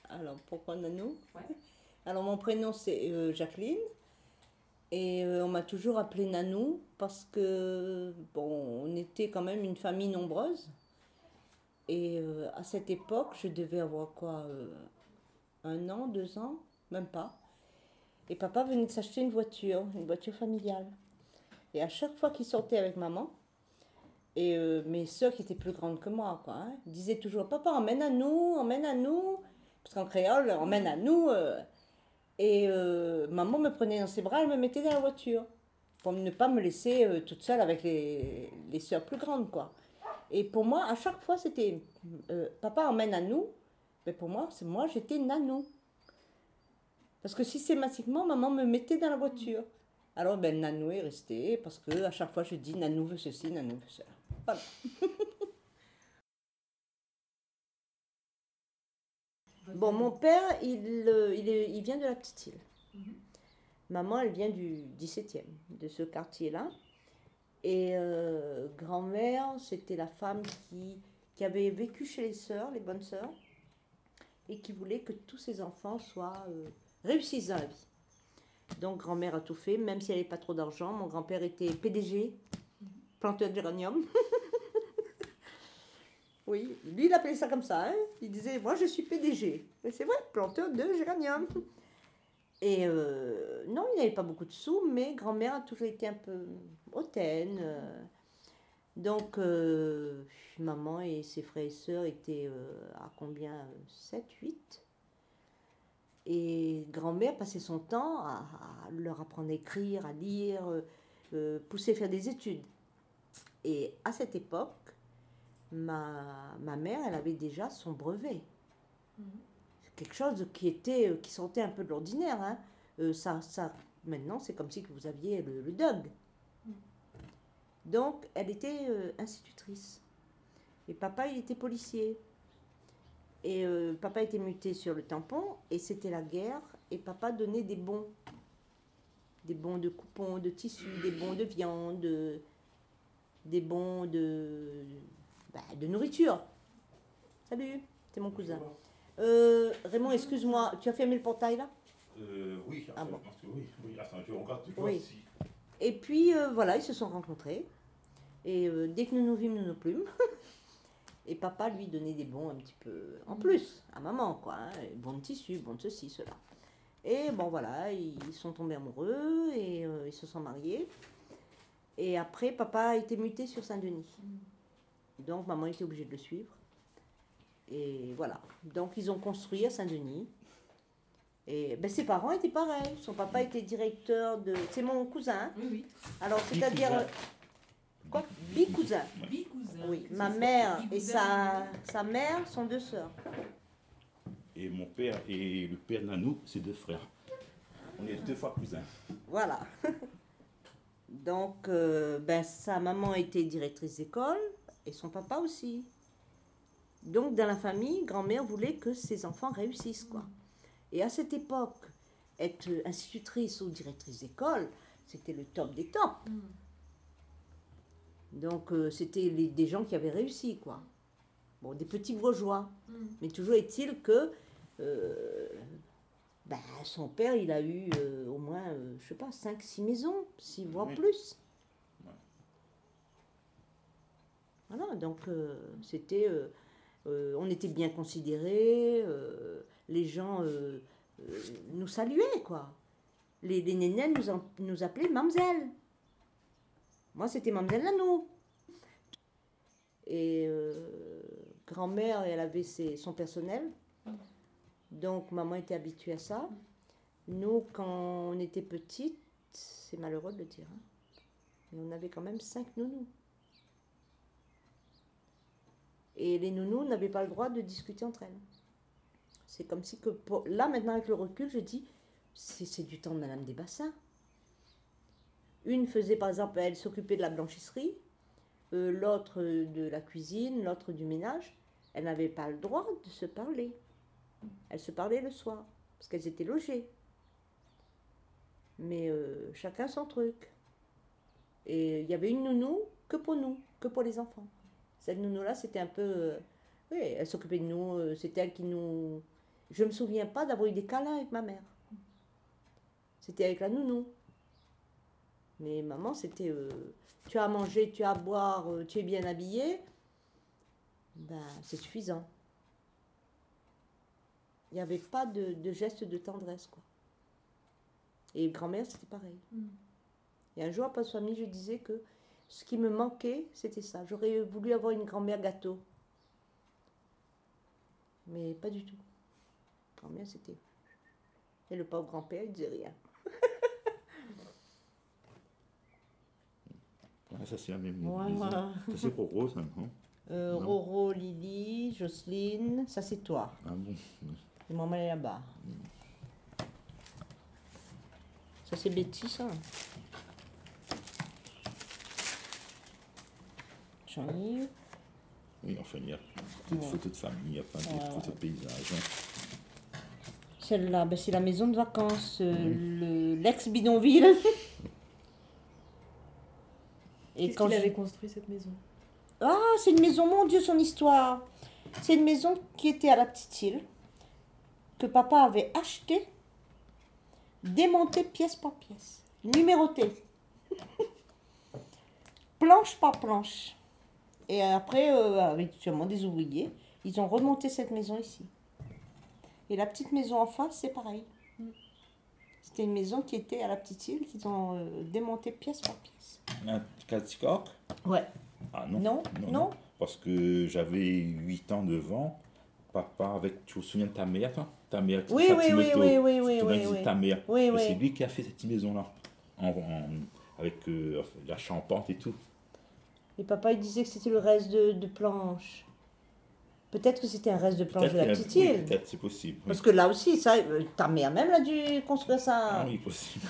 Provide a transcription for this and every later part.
Alors, pourquoi Nanou? Ouais. Alors, mon prénom, c'est Jacqueline. Et on m'a toujours appelée Nanou parce que, bon, on était quand même une famille nombreuse. Et à cette époque, je devais avoir quoi, 1 an, 2 ans, même pas. Et papa venait de s'acheter une voiture familiale. Et à chaque fois qu'il sortait avec maman, et mes sœurs qui étaient plus grandes que moi, quoi, hein, disaient toujours, papa, emmène à nous, emmène à nous. Parce qu'en créole, emmène à nous. Et maman me prenait dans ses bras, elle me mettait dans la voiture. Pour ne pas me laisser toute seule avec les sœurs plus grandes, quoi. Et pour moi, à chaque fois, c'était papa emmène à nous. Mais pour moi, c'est moi, j'étais nanou. Parce que systématiquement, maman me mettait dans la voiture. Alors, ben, nanou est resté parce que à chaque fois, je dis nanou veut ceci, nanou veut cela. Voilà. Bon, mon père, il vient de la petite île. Maman, elle vient du 17e, de ce quartier-là. Et grand-mère, c'était la femme qui avait vécu chez les sœurs, les bonnes sœurs, et qui voulait que tous ses enfants réussissent dans la vie. Donc grand-mère a tout fait, même si elle n'avait pas trop d'argent. Mon grand-père était PDG, planteur de géranium. Oui, lui il appelait ça comme ça. Hein. Il disait, moi je suis PDG. Mais c'est vrai, planteur de géranium. Et non, il n'avait pas beaucoup de sous, mais grand-mère a toujours été un peu hautaine. Donc, maman et ses frères et sœurs étaient à combien 7, 8. Et grand-mère passait son temps à leur apprendre à écrire, à lire, pousser à faire des études. Et à cette époque, ma mère, elle avait déjà son brevet. C'est quelque chose qui sortait un peu de l'ordinaire. Hein. Maintenant, c'est comme si vous aviez le DUG. Donc, elle était institutrice. Et papa, il était policier. Et papa était muté sur le tampon, et c'était la guerre, et papa donnait des bons. Des bons de coupons, de tissus, des bons de viande, des bons de nourriture. Salut, c'est mon cousin. Raymond, excuse-moi, tu as fermé le portail là? Oui, Ah bon. parce que oui, attends, je regarde, tu Oui. vois si. Et puis voilà, ils se sont rencontrés. Et dès que nous nous vîmes, nous nous plûmes. Et papa lui donnait des bons un petit peu en plus à maman, quoi. Hein, bons de tissu, bons de ceci, cela. Et bon voilà, ils sont tombés amoureux et ils se sont mariés. Et après, papa a été muté sur Saint-Denis. Donc maman était obligée de le suivre. Et voilà. Donc ils ont construit à Saint-Denis. Et ben, ses parents étaient pareils. Son papa était directeur de. C'est mon cousin. Oui, oui. Alors c'est-à-dire. Quoi? Bicousin. Bicousin. Oui, ma mère et sa mère sont deux sœurs. Et mon père et le père Nanou, c'est deux frères. On est 2 fois cousins. Voilà. Donc, ben, sa maman était directrice d'école et son papa aussi. Donc, dans la famille, grand-mère voulait que ses enfants réussissent, quoi. Et à cette époque, être institutrice ou directrice d'école, c'était le top des tops. Donc, c'était des gens qui avaient réussi, quoi. Bon, des petits bourgeois. Mais toujours est-il que ben, son père, il a eu au moins, je sais pas, 5, 6 maisons, 6 voire Oui. plus. Ouais. Voilà, donc c'était... on était bien considérés, les gens nous saluaient, quoi. Les nénés nous appelaient Mamzelle. Moi, c'était Mamzelle Nanou. Et grand-mère, elle avait son personnel. Donc, maman était habituée à ça. Nous, quand on était petites, c'est malheureux de le dire, hein, mais on avait quand même 5 nounous. Et les nounous n'avaient pas le droit de discuter entre elles. C'est comme si que... Là, maintenant, avec le recul, je dis, c'est du temps de Madame Desbassins. Une faisait, par exemple, elle s'occupait de la blanchisserie, l'autre de la cuisine, l'autre du ménage. Elles n'avaient pas le droit de se parler. Elles se parlaient le soir, parce qu'elles étaient logées. Mais chacun son truc. Et il y avait une nounou que pour nous, que pour les enfants. Cette nounou-là, c'était un peu... oui, elle s'occupait de nous, c'était elle Je ne me souviens pas d'avoir eu des câlins avec ma mère. C'était avec la nounou. Mais maman, c'était tu as à manger, tu as à boire, tu es bien habillé. Ben, c'est suffisant. Il n'y avait pas de geste de tendresse, quoi. Et grand-mère, c'était pareil. Et un jour, après sa famille, je disais que ce qui me manquait, c'était ça. J'aurais voulu avoir une grand-mère gâteau. Mais pas du tout. Grand-mère, c'était... Et le pauvre grand-père, il disait rien. Ah, ça, c'est la même Voilà. maison. Ça, c'est pour Rose, hein, non? Non. Roro, Lily, Jocelyne, ça c'est toi. Ah bon? Et maman elle est là-bas. Ça c'est Betty, ça. Jean-Yves. Oui, enfin, il y a des photos de famille, il y a plein de photos de paysages. Hein. Celle-là, ben, c'est la maison de vacances, l'ex-bidonville. Qu'est-ce qu'il avait construit cette maison? Ah, c'est une maison, mon Dieu, son histoire. C'est une maison qui était à la petite île, que papa avait achetée, démontée pièce par pièce, numérotée, planche par planche. Et après, avec sûrement des ouvriers, ils ont remonté cette maison ici. Et la petite maison en face, c'est pareil. C'était une maison qui était à la petite île, qu'ils ont démontée pièce par pièce. Un Casticoque? Ouais. Ah non. Non. Parce que j'avais 8 ans devant. Papa, avec, tu te souviens de ta mère, toi? Ta mère, Oui. Ta mère. Oui, Et oui. c'est lui qui a fait cette maison-là. Avec la charpente et tout. Et papa, il disait que c'était le reste de planches. Peut-être que c'était un reste de planches de la petite île. Oui, peut-être, c'est possible. Oui. Parce que là aussi, ça, ta mère même a dû construire ça. Ah oui, possible.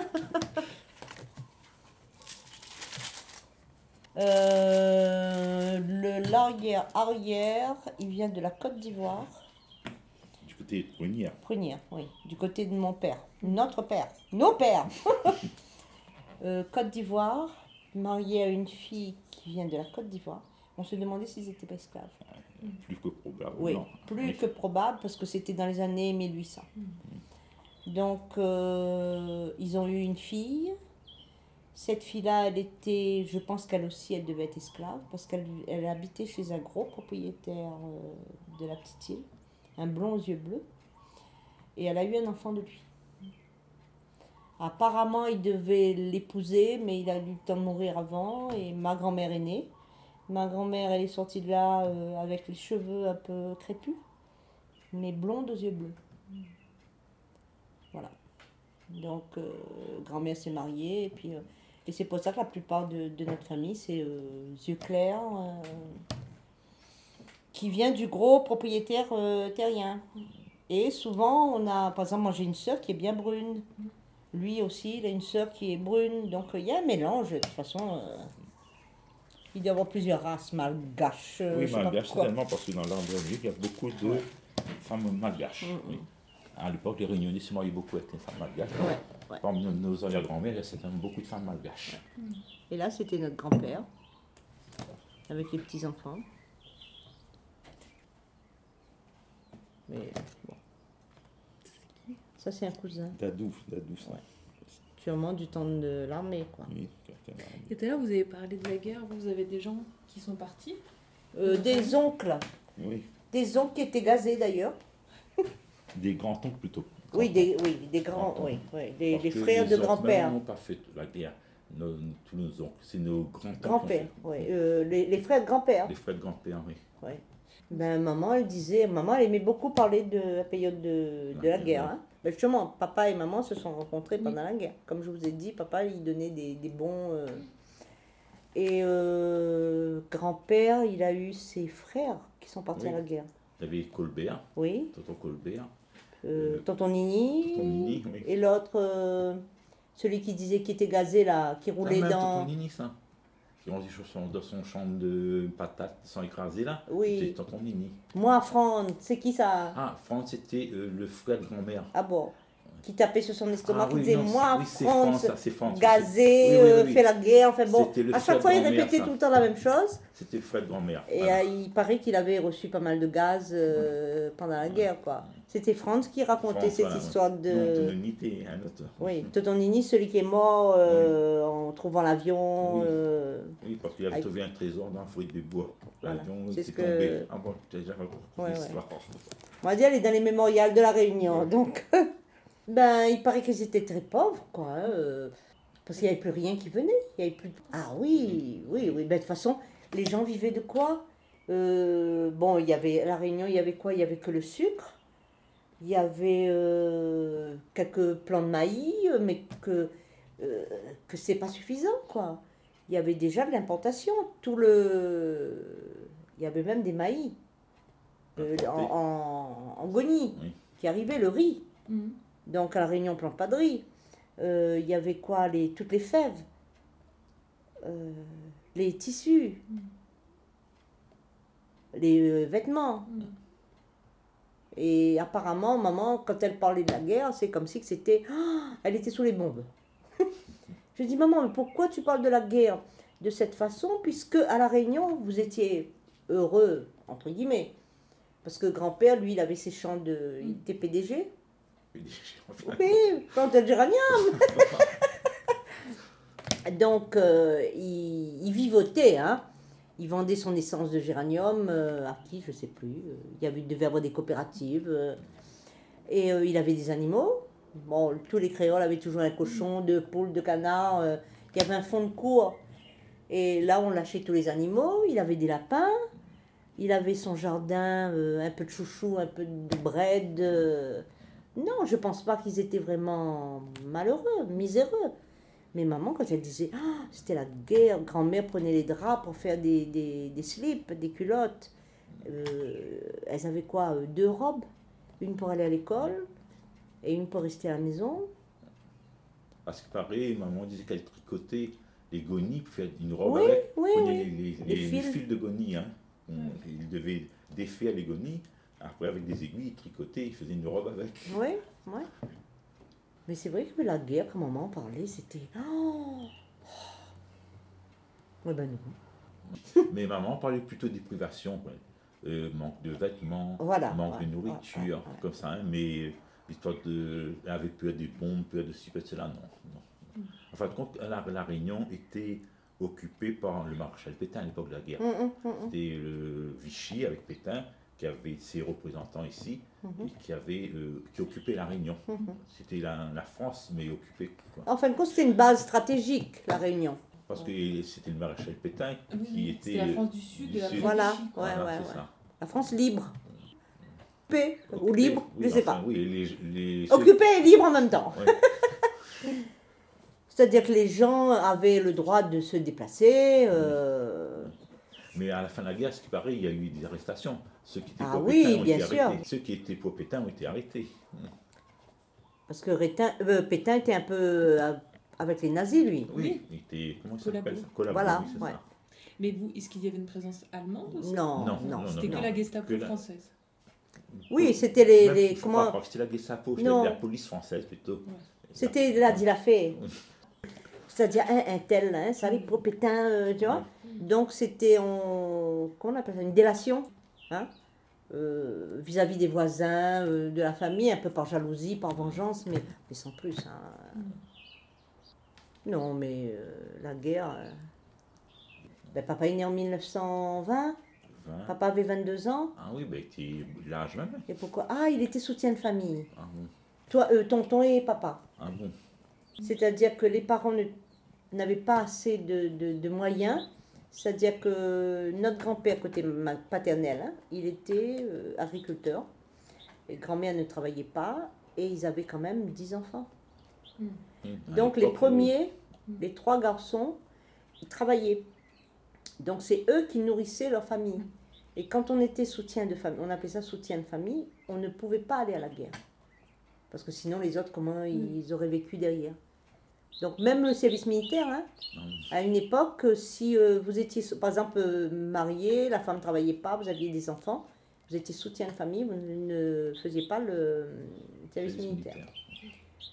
L'arrière, il vient de la Côte d'Ivoire. Du côté de Prunière. Prunière, oui. Du côté de mon père. Notre père. Nos pères. Côte d'Ivoire, marié à une fille qui vient de la Côte d'Ivoire. On se demandait s'ils étaient pas esclaves. Plus que probable. Oui, non. plus que probable parce que c'était dans les années 1800. Donc, ils ont eu une fille. Cette fille-là, elle était, je pense qu'elle aussi, elle devait être esclave parce qu'elle habitait chez un gros propriétaire de la petite île, un blond aux yeux bleus. Et elle a eu un enfant de lui. Apparemment, il devait l'épouser, mais il a eu le temps de mourir avant et ma grand-mère est née. Ma grand-mère, elle est sortie de là avec les cheveux un peu crépus, mais blonde aux yeux bleus. Voilà. Donc, grand-mère s'est mariée, et puis et c'est pour ça que la plupart de notre famille, c'est yeux clairs, qui vient du gros propriétaire terrien. Et souvent, on a, par exemple, moi j'ai une sœur qui est bien brune. Lui aussi, il a une sœur qui est brune. Donc, il y a un mélange, de toute façon. Il doit y avoir plusieurs races malgaches. Oui, malgaches, c'est tellement parce que dans l'André, il y a beaucoup de femmes malgaches. Oui. À l'époque, les Réunionnais se mariaient beaucoup avec les femmes malgaches. Ouais. Parmi nos arrière-grand-mères, il y a certainement beaucoup de femmes malgaches. Et là, c'était notre grand-père, avec les petits-enfants. Mais bon. Ça, c'est un cousin. Dadou, ça. Ouais. Sûrement du temps de l'armée, quoi. Oui, et tout à l'heure, vous avez parlé de la guerre. Vous avez des gens qui sont partis? Des oncles. Oui. Des oncles qui étaient gazés, d'ailleurs. Des grands-oncles, plutôt. Oui, des grands, oui. Les frères de grand-père. Nous n'avons pas fait la guerre, tous nos oncles. C'est nos grands-pères. Grand-père, oui. Les frères de grand-père. Les frères de grand-père, oui. Oui. Ben, maman, elle aimait beaucoup parler de la période de la guerre. Hein. Ben, justement, papa et maman se sont rencontrés pendant la guerre. Comme je vous ai dit, papa, il donnait des bons... Et grand-père, il a eu ses frères qui sont partis à la guerre. Il y avait Colbert. Oui. Tonton Colbert. Tonton Nini. Oui. Et l'autre, celui qui disait qu'il était gazé, là, qui roulait dans... Tonton Nini, ça. Qui rangeait dans son champ de patates sans écraser, là. Oui. C'était Tonton Nini. Moi, Franck, c'est qui ça? Ah, Franck, c'était le frère de grand-mère. Ah bon. qui tapait sur son estomac, Ah qui oui, disait non, moi, oui, c'est France, France, ça, c'est France. gazé, Oui. fait la guerre. Enfin bon, C'était le à chaque frère fois, de il grand-mère, répétait ça. tout le temps la même chose. C'était le frère de grand-mère. Et Voilà. il paraît qu'il avait reçu pas mal de gaz pendant la guerre, quoi. C'était Franz qui racontait France, cette voilà, histoire Non, de... Tononité, un autre. Oui, Totonini, celui qui est mort en trouvant l'avion. Oui. Oui, parce qu'il avait avec- trouvé un trésor dans la forêt de bois. Voilà. L'avion C'est était ce que- tombé. Ah bon, tu as déjà raconté Ouais, l'histoire. On va dire, elle est dans les mémorials de la Réunion. Ouais. Donc, ben, il paraît qu'ils étaient très pauvres, quoi. Parce qu'il n'y avait plus rien qui venait. Il y avait plus... Ah oui. Ben, de toute façon, les gens vivaient de quoi Bon, il y avait à la Réunion, il y avait quoi? Il y avait que le sucre. Il y avait quelques plants de maïs, mais que c'est pas suffisant, quoi. Il y avait déjà de l'importation. Il y avait même des maïs en Goni Oui. qui arrivaient, le riz. Mhm. Donc à la Réunion, on ne plante pas de riz. Il y avait quoi? Toutes les fèves, les tissus, les vêtements. Et apparemment, maman, quand elle parlait de la guerre, c'est comme si que c'était... Ah, elle était sous les bombes. Je dis, maman, mais pourquoi tu parles de la guerre de cette façon, puisque à la Réunion, vous étiez heureux, entre guillemets. Parce que grand-père, lui, il avait ses champs de... Il était PDG. Oui, planteur de géranium. Donc, il vivotait, hein. Il vendait son essence de géranium à qui, je ne sais plus. Il devait avoir des coopératives. Et il avait des animaux. Bon, tous les créoles avaient toujours un cochon, deux poules, deux canards. Il y avait un fond de cour. Et là, on lâchait tous les animaux. Il avait des lapins. Il avait son jardin, un peu de chouchou, un peu de bread. Non, je pense pas qu'ils étaient vraiment malheureux, miséreux. Mais maman, quand elle disait, ah, c'était la guerre, grand-mère prenait les draps pour faire des slips, des culottes. Elles avaient quoi? 2 robes, une pour aller à l'école et une pour rester à la maison. Parce que pareil, maman disait qu'elle tricotait les gonis pour faire une robe Oui, avec. oui, Prenait oui. les Les fils. fils de gonis. Hein. Il devait défaire les gonis. Après, avec des aiguilles, il tricotait, il faisait une robe avec. Oui, oui. Mais c'est vrai que la guerre, quand maman parlait, c'était... Oh. Oui, ben non. Mais maman parlait plutôt des privations, quoi. Manque de vêtements, Voilà, manque de ouais, nourriture, ouais. comme ça. Hein. Mais l'histoire de... avec peur des bombes, peur de ci, peur de cela, non. En fin de compte, la Réunion était occupée par le maréchal Pétain à l'époque de la guerre. C'était le Vichy avec Pétain qui avait ses représentants ici et qui occupait la Réunion. C'était la France, mais occupée. Quoi. En fin de compte, c'était une base stratégique, la Réunion. Parce que c'était le maréchal Pétain qui était... C'était la France du Sud et la France Voilà, du Vichy, quoi. ouais, Voilà, ouais. c'est ça. La France libre. Occupée ou Occupée, libre, oui, je sais enfin, pas. Oui, Occupée et libre en même temps. Ouais. C'est-à-dire que les gens avaient le droit de se déplacer. Mais à la fin de la guerre, ce qui paraît, il y a eu des arrestations. Ceux qui étaient Ah pour oui, Pétain ont bien été sûr. arrêtés. Ceux qui étaient pour Pétain ont été arrêtés. Parce que Pétain était un peu avec les nazis, lui. Oui, il était... Comment ça s'appelle ça? Voilà, oui, c'est ouais. ça. Mais vous, est-ce qu'il y avait une présence allemande aussi? Non, Non, non. non, C'était que non. la Gestapo Que la- française. Oui, c'était les Même, je comment... crois pas que c'était la Gestapo, c'était Non. la police française plutôt. C'était la dilafé. C'est-à-dire un tel, hein, ça arrive pour Pétain, tu vois. Donc c'était, comment on appelle ça, une délation, hein, vis-à-vis des voisins, de la famille, un peu par jalousie, par vengeance, mais sans plus. Hein. Non, mais la guerre... ben, papa est né en 1920, 20. papa avait 22 ans. Ah oui, ben, il était l'âge même. Et pourquoi? Ah, il était soutien de famille. Ah bon. Toi, tonton et papa. Ah bon. C'est-à-dire que les parents n'avaient pas assez de moyens. C'est-à-dire que notre grand-père, côté paternel, hein, il était agriculteur. Et grand-mère ne travaillait pas. Et ils avaient quand même 10 enfants. À Donc les l'époque, premiers, les 3 garçons, ils travaillaient. Donc c'est eux qui nourrissaient leur famille. Et quand on était soutien de famille, on appelait ça soutien de famille, on ne pouvait pas aller à la guerre. Parce que sinon les autres, comment ils auraient vécu derrière. Donc même le service militaire, hein, à une époque, si vous étiez par exemple marié, la femme ne travaillait pas, vous aviez des enfants, vous étiez soutien de famille, vous ne faisiez pas le service militaire.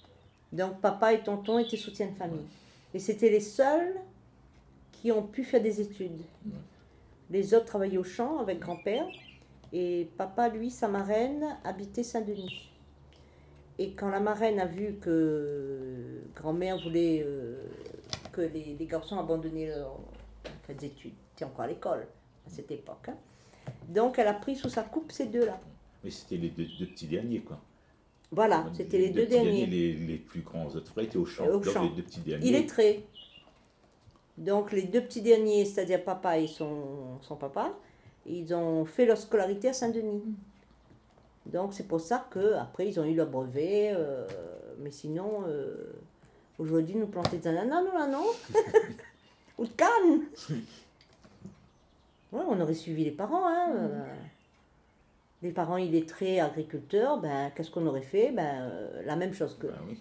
Donc papa et tonton étaient soutiens de famille. Et c'était les seuls qui ont pu faire des études. Ouais. Les autres travaillaient au champ avec grand-père. Et papa, lui, sa marraine, habitait Saint-Denis. Et quand la marraine a vu que grand-mère voulait que les garçons abandonnaient leurs études, c'était encore à l'école à cette époque, hein. Donc elle a pris sous sa coupe ces deux-là. Mais c'était les deux petits derniers, quoi. Voilà, c'était les deux derniers. Les plus grands autres frères étaient au champ. Au Donc champ. les deux petits derniers. Illettrés. Donc les deux petits derniers, c'est-à-dire papa et son papa, ils ont fait leur scolarité à Saint-Denis. Donc c'est pour ça qu'après ils ont eu leur brevet. Mais sinon, aujourd'hui nous planter des ananas, nous là, non? Ou de canne. Ouais, on aurait suivi les parents. Hein. Les parents illettrés, agriculteurs, ben, qu'est-ce qu'on aurait fait? La même chose que. Ben oui.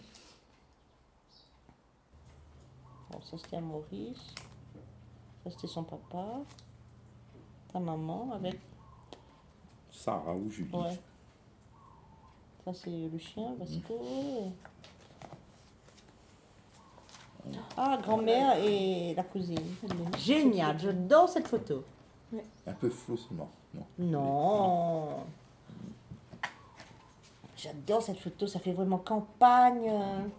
Bon, ça c'était à Maurice. Ça c'était son papa. Ta maman avec. Sarah ou Julie. Ouais. Ça c'est le chien, Vasco. Ah, grand-mère et la cousine. Génial, j'adore cette photo. Un peu flou seulement. Non. Non. J'adore cette photo, ça fait vraiment campagne.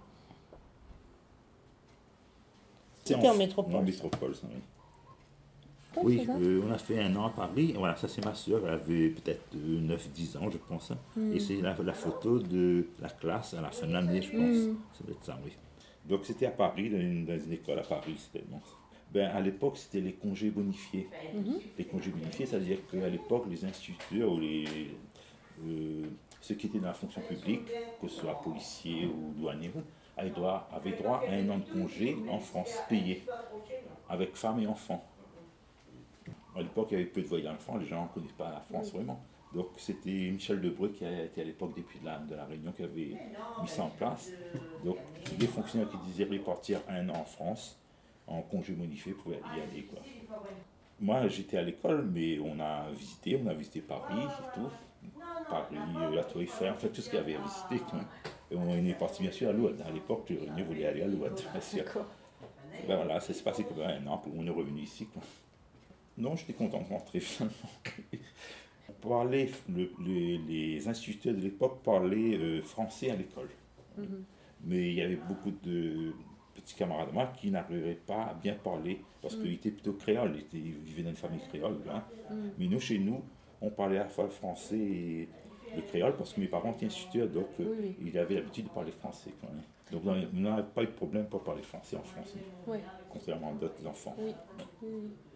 C'était en métropole. En métropole, ça, oui. Ouais, Oui, c'est ça. on a fait un an à Paris. Voilà, ça c'est ma soeur, elle avait peut-être 9-10 ans, je pense. Hein. Et c'est la photo de la classe à la fin de l'année, je pense. Ça doit être ça, oui. Donc c'était à Paris, dans une école à Paris. À l'époque, c'était les congés bonifiés. Les congés bonifiés, c'est-à-dire qu'à l'époque, les instituteurs ou ceux qui étaient dans la fonction publique, que ce soit policiers ou douaniers, avaient droit à un an de congé en France, payé, avec femmes et enfants. À l'époque, il y avait peu de voyages en France, les gens ne connaissent pas la France vraiment. Donc c'était Michel Debreu qui était à l'époque député de la Réunion qui avait mis ça en place. Donc les fonctionnaires qui désiraient partir un an en France, en congé bonifié, pouvaient y aller, quoi. Moi j'étais à l'école, mais on a visité Paris et tout. Paris, la Tour Eiffel, en fait tout ce qu'il y avait à visiter, quoi. Et on est parti bien sûr à Louad. À l'époque, les Réunions voulaient aller à Louad, bien sûr. Voilà, ça s'est passé comme un an, on est revenu ici, quoi. Non, j'étais content de rentrer finalement. Les instituteurs de l'époque parlaient français à l'école. Mais il y avait beaucoup de petits camarades de moi qui n'arrivaient pas à bien parler parce qu'ils étaient plutôt créoles, ils vivaient dans une famille créole. Hein. Mais nous, chez nous, on parlait à la fois le français et le créole parce que mes parents étaient instituteurs, donc ils avaient l'habitude de parler français. Quoi, hein. Donc on n'a pas eu de problème pour parler français en France, Oui. contrairement à d'autres enfants. Oui.